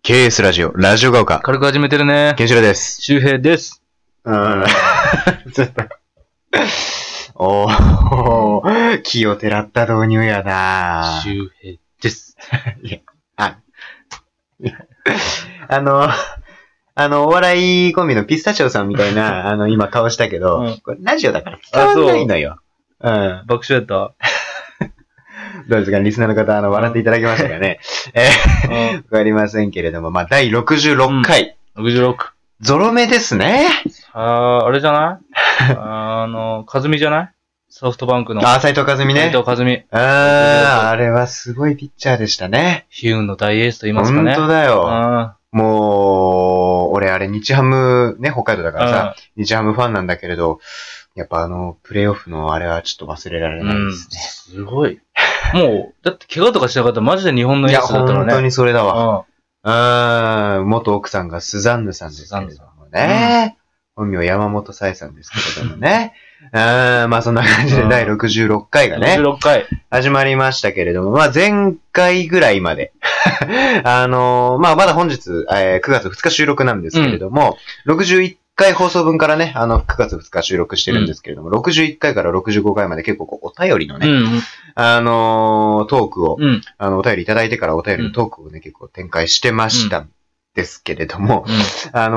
KS ラジオ、ラジオが丘。 軽く始めてるね。 ケンシロウです。 周平です。 ちょっと。おー、気をてらった導入やな周平です。 いや、お笑いコンビのピスタチオさんみたいな、今顔したけど、これラジオだから伝わんないのよ。 爆笑やった。 どうですかリスナーの方、笑っていただけましたかね。わかりませんけれども、第66回。 66。 ゾロ目ですね。 あれじゃないかずみじゃないソフトバンクの。 斉藤和美ね。 斉藤和美。 あれはすごいピッチャーでしたね。 悲運の大エースと言いますかね。 本当だよ。もう、俺あれ日ハムね、北海道だからさ、日ハムファンなんだけれど、やっぱプレイオフのあれはちょっと忘れられないですね。 すごい。もう、だって怪我とかしなかったらマジで日本のエースだったらね。 いや、本当にそれだわ。元奥さんがスザンヌさんですけれどもね。本名山本彩さんですけれどもね。そんな感じで第66回がね。 66回。 始まりましたけれども、前回ぐらいまで。まだ本日、9月2日収録なんですけれども、61回放送分からね、9月2日収録してるんですけれども、61回から65回まで結構お便りのね、トークを、お便りいただいてからお便りのトークをね、結構展開してましたんですけれども、第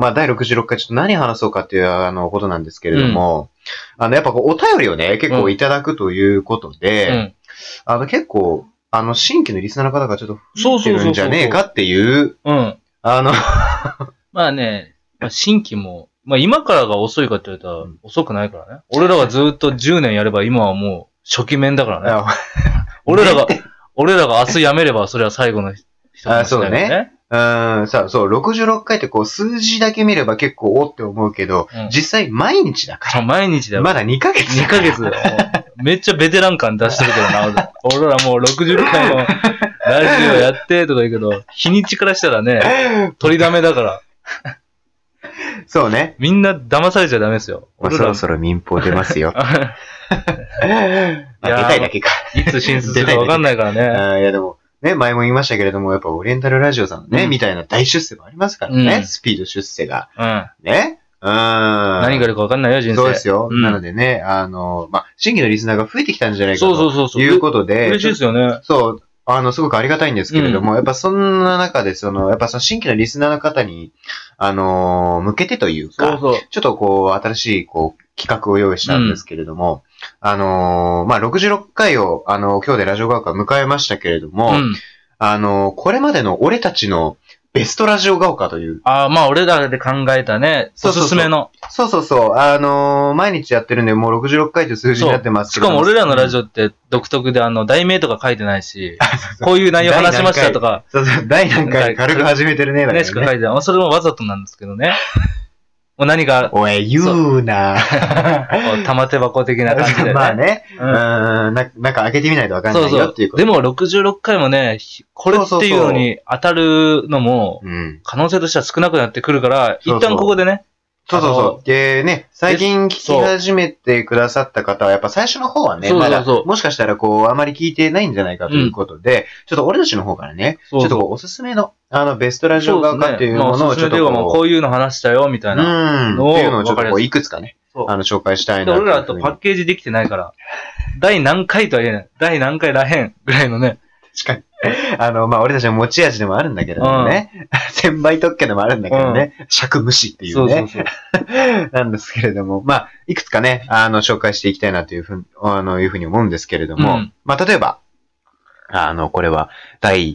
66回ちょっと何話そうかっていうことなんですけれども、やっぱお便りをね、結構いただくということで、結構、新規のリスナーの方がちょっと増えてるんじゃねえかっていう、 まあね、新規も、今からが遅いかって言われたら遅くないからね。俺らがずっと10年やれば今はもう初期面だからね。俺らが明日辞めればそれは最後の人かもしれないね。 そう、66回って数字だけ見れば結構おって思うけど、実際毎日だから。 毎日だよ。 まだ2ヶ月。 2ヶ月だよ。めっちゃベテラン感出してるけどな。俺らもう66回のラジオやってとか言うけど、日にちからしたらね、取りだめだから。 そうね。 みんな騙されちゃダメですよ。 そろそろ民放出ますよ。出たいだけか。 いつ進出するか分かんないからね。 いやでも、ね、前も言いましたけれども、やっぱオリエンタルラジオさんのね、みたいな大出世もありますからね。スピード出世が。ね。 何があるか分かんないよ、人生。 そうですよ。なのでね、新規のリスナーが増えてきたんじゃないかということで。 嬉しいですよね。 そう。すごくありがたいんですけれども、やっぱそんな中で、やっぱ新規のリスナーの方に、向けてというか、ちょっと新しい、企画を用意したんですけれども、66回を、今日でラジオ学科迎えましたけれども、これまでの俺たちのベストラジオが丘という。 俺らで考えたね、おすすめの。 毎日やってるんで、もう66回という数字になってますけど。 しかも俺らのラジオって独特で、題名とか書いてないし、こういう内容話しましたとか。 第何回軽く始めてるね、 ね。しか書いてない。それもわざとなんですけどね。もう何か。 おい、言うな玉手箱的な感じでね。 まあね。なんか開けてみないとわかんないよっていうこと。 でも66回もね、これっていうのに当たるのも、可能性としては少なくなってくるから、一旦ここでね。 でね、最近聞き始めてくださった方は、やっぱ最初の方はね、まだ、もしかしたらあまり聞いてないんじゃないかということで、ちょっと俺たちの方からね、ちょっとおすすめの、ベストラジオが丘っていうものをちょっとこういうの話したよ、みたいなのを。 っていうのをちょっといくつかね、紹介したいなと。 俺らとパッケージできてないから、第何回とは言えない。第何回らへんぐらいのね。 確かに。俺たちの持ち味でもあるんだけどもね。1000倍特許でもあるんだけどね。尺無視っていうね。なんですけれども。いくつかね、紹介していきたいなというふうに思うんですけれども。例えば、これは、第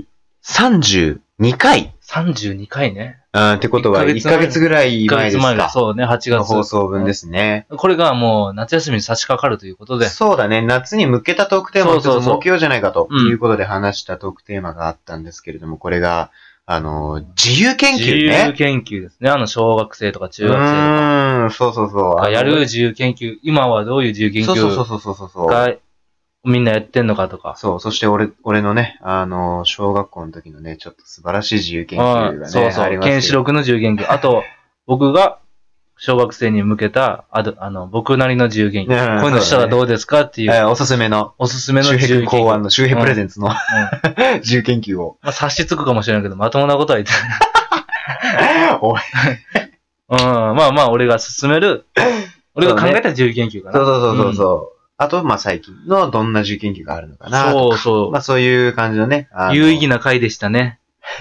32回。 32回ね。 ってことは、1ヶ月ぐらい前ですか。1ヶ月前だ。 そうね、8月。 の放送分ですね。 これがもう夏休みに差し掛かるということで。 そうだね、夏に向けたトークテーマをちょっと設けようじゃないかということで話したトークテーマがあったんですけれども、これが、自由研究ね。 自由研究ですね。小学生とか中学生とか。 そう。 やる自由研究。今はどういう自由研究がみんなやってんのかとか。 そして俺のね、小学校の時のね、ちょっと素晴らしい自由研究がね、ありますよ。 原子力の自由研究。あと、僕が、 小学生に向けた、僕なりの自由研究。こういうのしたらどうですかっていう。 おすすめの自由研究。考案の周平プレゼンツの自由研究を。 まあ、察しつくかもしれないけど、まともなことは言ってない。おい。まあ、俺が進める、俺が考えた自由研究かな。 そう。あと、まあ、最近のどんな自由研究があるのかな。そう。まあ、そういう感じのね。 有意義な回でしたね。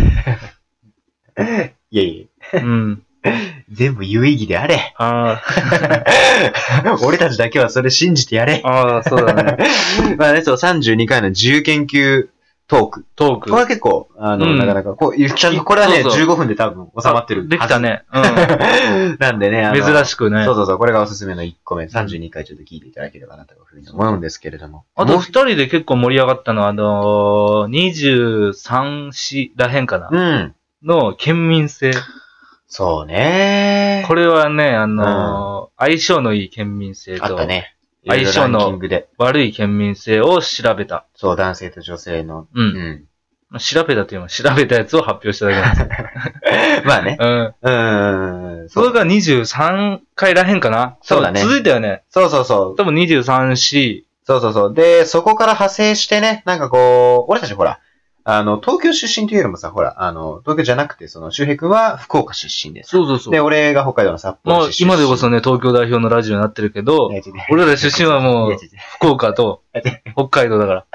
いえ。全部有意義であれ。俺たちだけはそれ信じてやれ。 そうだね。 まあね、32回の自由研究トーク。これは結構、なかなか、これはね、15分で多分収まってる。 できたね。 なんでね、 珍しくね。 そう。これがおすすめの1個目、32回ちょっと聞いていただければなというふうに思うんですけれども。 あと2人で結構盛り上がったのは、23市らへんかな。の県民性。 そうね。 これはね、相性のいい県民性と、 あったね。 相性の悪い県民性を調べた。 そう、男性と女性の。 調べたというのは調べたやつを発表しただけなんですよ。 まあね。 それが23回らへんかな。 そうだね。 続いたよね。 そう。 多分23市。 そう。で、そこから派生してね、なんかこう、俺たちほら、東京出身というよりもさ、ほら、東京じゃなくて、周平君は福岡出身で。 そう。 で、俺が北海道の札幌出身。 今でこそね、東京代表のラジオになってるけど、俺ら出身はもう、福岡と北海道だから。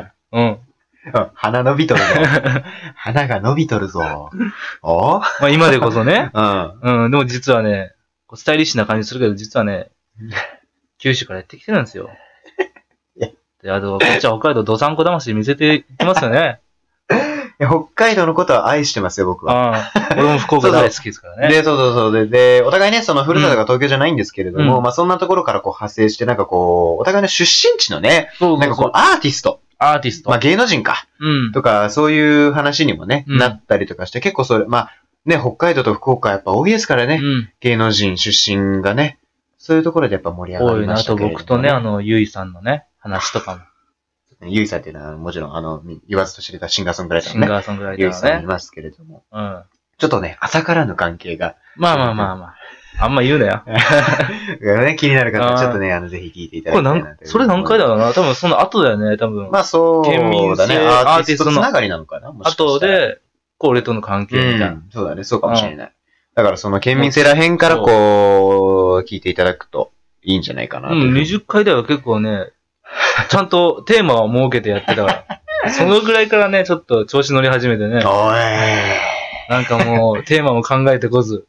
鼻伸びとるぞ。鼻が伸びとるぞ。まあ今でこそね。でも実はね、スタイリッシュな感じするけど、実はね、九州からやってきてるんですよ。で、こっちは北海道どさんこ魂見せていきますよね。 北海道のことは愛してますよ、僕は。 俺も福岡大好きですからね。 で、お互いね、ふるさとが東京じゃないんですけれども、まあそんなところからこう派生して、なんかこう、お互いの出身地のね、なんかこう、アーティスト。まあ芸能人か。とか、そういう話にもね、なったりとかして、結構それ、まあね、北海道と福岡やっぱ多いですからね。芸能人出身がね、そういうところでやっぱ盛り上がりましたけれども。 多いな、あと僕とね、ゆいさんのね、話とかも。 ゆいさんっていうのはもちろん言わずと知れたシンガーソングライターのね。 シンガーソングライターゆいさんいますけれども。ちょっとね、浅からぬ関係が。 まあ。あんま言うなよ。 気になる方はちょっとね、ぜひ聞いていただきたいなと。 それ何回だろうな多分その後だよね、多分。 まあそう県民だね。アーティストつながりなのかな後で、俺との関係みたいな。 そうだね、そうかもしれない。だからその県民性らへんからこう、聞いていただくといいんじゃないかな。 20回では結構ね、ちゃんとテーマを設けてやってたから。そのぐらいからね、ちょっと調子乗り始めてね。なんかもう、テーマも考えてこず。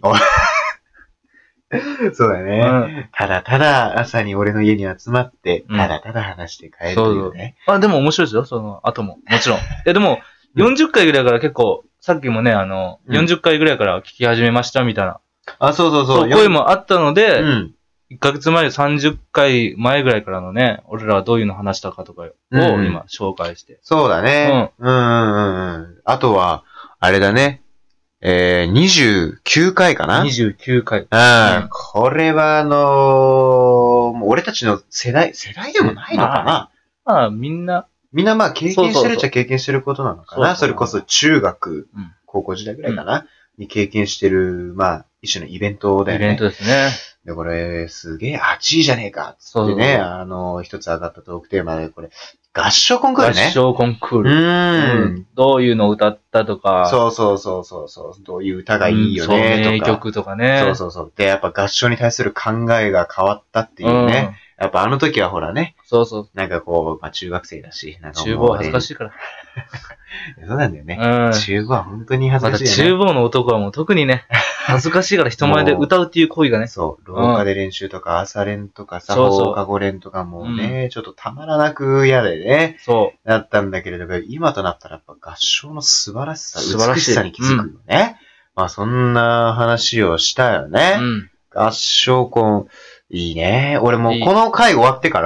そうだね。ただただ朝に俺の家に集まって、ただただ話して帰るというね。 でも面白いですよ、その後も。もちろん。でも、40回ぐらいから結構、さっきもね、40回ぐらいから聞き始めましたみたいな。 そう。 声もあったので、1ヶ月前、30回前ぐらいからのね、俺らはどういうの話したかとかを今紹介して。 そうだね。あとは、あれだね。29回かな ?29 回。 これは俺たちの世代でもないのかなまあ、みんなまあ経験してるっちゃ経験してることなのかなそれこそ中学、高校時代ぐらいかなに経験してる、まあ、一種のイベントだよね。 イベントですね。 で、これ、すげえ8位じゃねえかつってね、一つ上がったトークテーマで、これ、合唱コンクールね。 合唱コンクール。どういうのを歌ったとか。 そう。どういう歌がいいよねとか。 名曲とかね。 そう。で、やっぱ合唱に対する考えが変わったっていうね。やっぱあの時はほらね。なんかこう、まあ中学生だし。なんか厨房恥ずかしいから。 そうなんだよね。厨房は本当に恥ずかしいよね。 厨房の男はもう特にね、恥ずかしいから人前で歌うっていう行為がね。 そう。廊下で練習とか朝練とかさ、放課後練とかもね、ちょっとたまらなく嫌でね。だったんだけれども、今となったらやっぱ合唱の素晴らしさ、美しさに気づくよね。まあそんな話をしたよね。合唱コン、いいね。俺もこの回終わってから、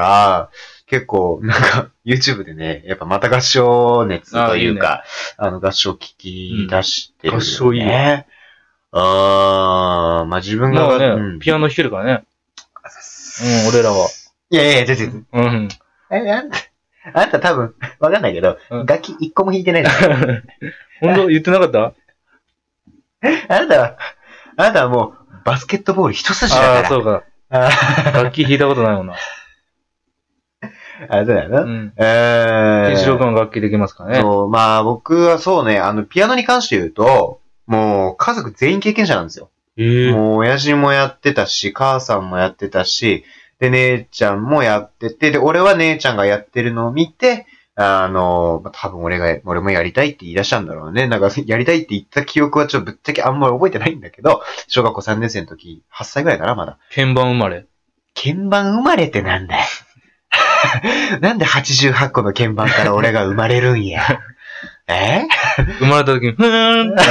結構、なんか、YouTube でね、やっぱまた合唱熱というか、合唱聞き出してる、ね。合唱いいね。まあ自分が、 ね、ピアノ弾けるからね。俺らは。 いや、全然。あんた多分、わかんないけど、楽器一個も弾いてないじゃん。 本当言ってなかったあなたはもう、 バスケットボール一筋だから。 ああ、そうか。楽器弾いたことないもんな。 あ、そうだよな。 うん。ケンシロウ君は楽器できますからね。 そう、まあ僕はそうね、ピアノに関して言うと、もう家族全員経験者なんですよ。もう親父もやってたし、母さんもやってたし、で、姉ちゃんもやってて、で、俺は姉ちゃんがやってるのを見て、多分俺もやりたいって言い出したんだろうね。なんか、やりたいって言った記憶はちょっとぶっちゃけあんまり覚えてないんだけど、小学校3年生の時、8歳ぐらいかな、まだ。 鍵盤生まれ。 鍵盤生まれってなんだよ。なんで88個の鍵盤から俺が生まれるんや。 生まれた時に、ふーんって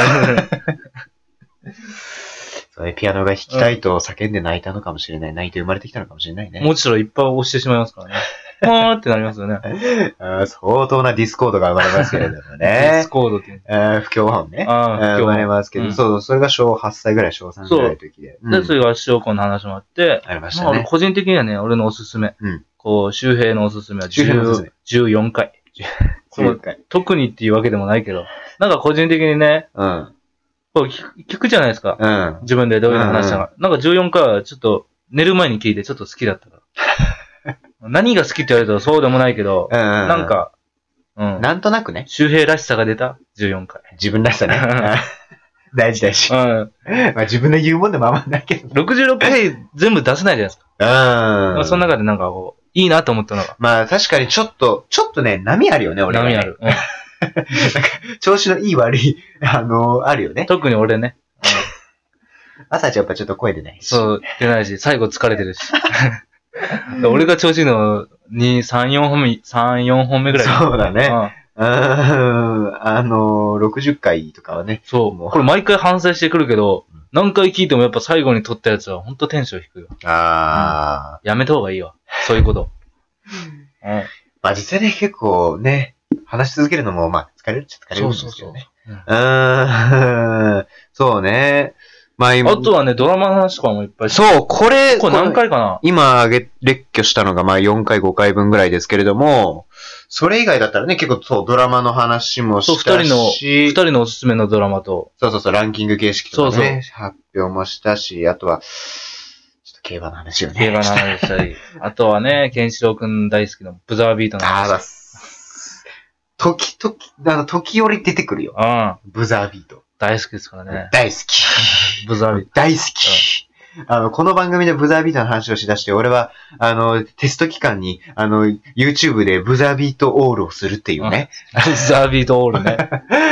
それピアノが弾きたいと叫んで泣いたのかもしれない。泣いて生まれてきたのかもしれないね。 もちろんいっぱい押してしまいますからね。ふーってなりますよね。 相当なディスコードが生まれますけれどもね。 ディスコードって。 不協和音ね。生まれますけど、 うんそう、それが小8歳ぐらい、小3ぐらいの時で。 で、それが小校の話もあって、 ありましたね。 俺個人的にはね、俺のおすすめ。周平のおすすめは14回。特にっていうわけでもないけど、なんか個人的にね、聞くじゃないですか。自分でどういうの話したか。なんか14回はちょっと寝る前に聞いてちょっと好きだったから。何が好きって言われたらそうでもないけど、なんか、 なんとなくね。 周平らしさが出た14回。 自分らしさね。大事だし。まあ自分の言うもんでもあんまないけど。 66回全部出せないじゃないですか。まあその中でなんかこう、いいなと思ったのが。 まあ確かにちょっとね、波あるよね、俺は、ね。 波ある。 なんか、調子のいい悪い、あるよね。 特に俺ね。 朝やっぱちょっと声出ないし。 そう、出ないし、最後疲れてるし。俺が調子いいの3、4本目ぐらい。 そうだね。60回とかはね。 そう。これ毎回反省してくるけど、何回聞いてもやっぱ最後に撮ったやつはほんとテンション低いよ。やめた方がいいわ。そういうこと。 まあ実際ね、結構ね、話し続けるのも、まあ疲れるっちゃ疲れるんですけどね。そうね。まあ今。 あとはね、ドラマの話とかもいっぱいして。 そう、これ何回かな今、列挙したのがまあ4回5回分ぐらいですけれども、それ以外だったらね、結構そう、ドラマの話もしたし。 二人のおすすめのドラマと。 そう、ランキング形式とかね、発表もしたし、あとは、ちょっと競馬の話をね。 競馬の話したり。あとはね、ケンシロウくん大好きなブザービートの話。 時折出てくるよ。ブザービート。 大好きですからね。 大好き。 ブザービート。 大好き。この番組でブザービートの話をしだして、俺は、テスト期間に、YouTube でブザービートオールをするっていうね。 ブザービートオールね。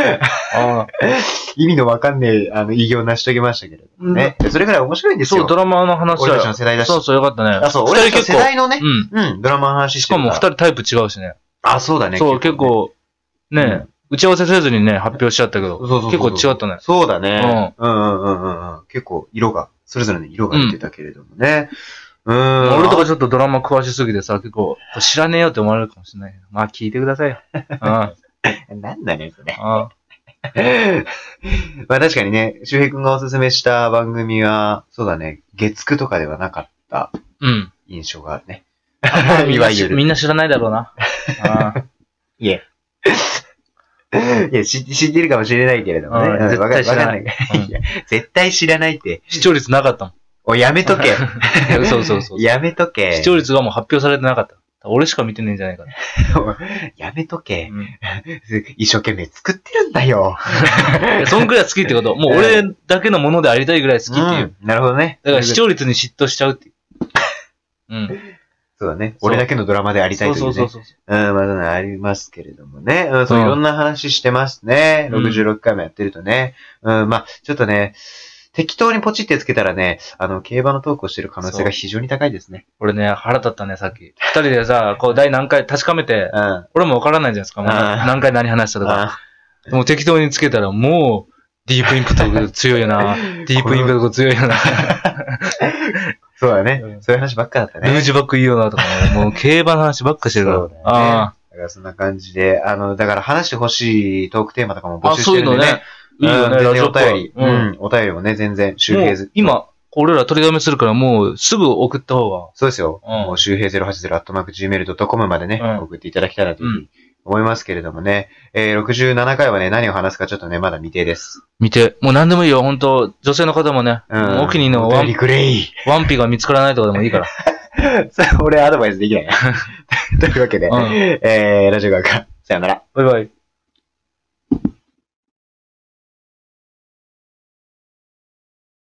意味のわかんねえ、異業を成し遂げましたけれどもね。それぐらい面白いんですよ。 そう、ドラマの話は。 俺たちの世代だし。 そう、よかったね。 そう、俺たちの世代のね、ドラマの話してる。しかも二人タイプ違うしね。 そうだね。 そう、結構、ね、打ち合わせせずにね、発表しちゃったけど、結構違ったね。 そうだね。結構それぞれの色が出てたけれどもね。 俺とかちょっとドラマ詳しすぎてさ、結構、知らねえよって思われるかもしれないけど。まあ聞いてくださいよ。 なんだね、それ。まあ確かにね、周平くんがおすすめした番組は、そうだね、月9とかではなかった印象があるね。いわゆる。 みんな知らないだろうな。 いや、知ってるかもしれないけれどもね。 絶対知らない。 絶対知らないって。 視聴率なかったもん。 おい、やめとけ。 そう。 やめとけ。 視聴率がもう発表されてなかった。俺しか見てねえんじゃないかな。 やめとけ。一生懸命作ってるんだよ。 そんくらい好きってこと。もう俺だけのものでありたいぐらい好きっていう。 なるほどね。 だから視聴率に嫉妬しちゃうっていう。 そうだね。俺だけのドラマでありたいというね。そう。まだありますけれどもね。そういろんな話してますね。66回もやってるとね。まあ、ちょっとね、適当にポチってつけたらね、競馬のトークをしてる可能性が非常に高いですね。 俺ね、腹立ったね、さっき。二人でさ、こう、第何回確かめて、俺もわからないじゃないですか。何回何話したとか。もう適当につけたら、もう、ディープインプット強いよな。ディープインプット強いよな。 そうだね。そういう話ばっかだったね。 ルージュバックいいよなとかもう競馬の話ばっかしてるから。 そうだよね。だからそんな感じで、だから話してほしいトークテーマとかも募集してるんでね。 いいよね、 全然お便り。お便りもね、全然、周平ず。 今、俺ら取りだめするからもうすぐ送った方が。 そうですよ。もう周平080@gmail.com までね、送っていただきたいなというふうに思いますけれどもね。67回はね、何を話すかちょっとね、まだ未定です。 見て。もう何でもいいよ、本当女性の方もね。お気に入りのワンピが見つからないとかでもいいから。 それ俺アドバイスできないな。というわけで、ラジオ学科、さよなら。 バイバイ。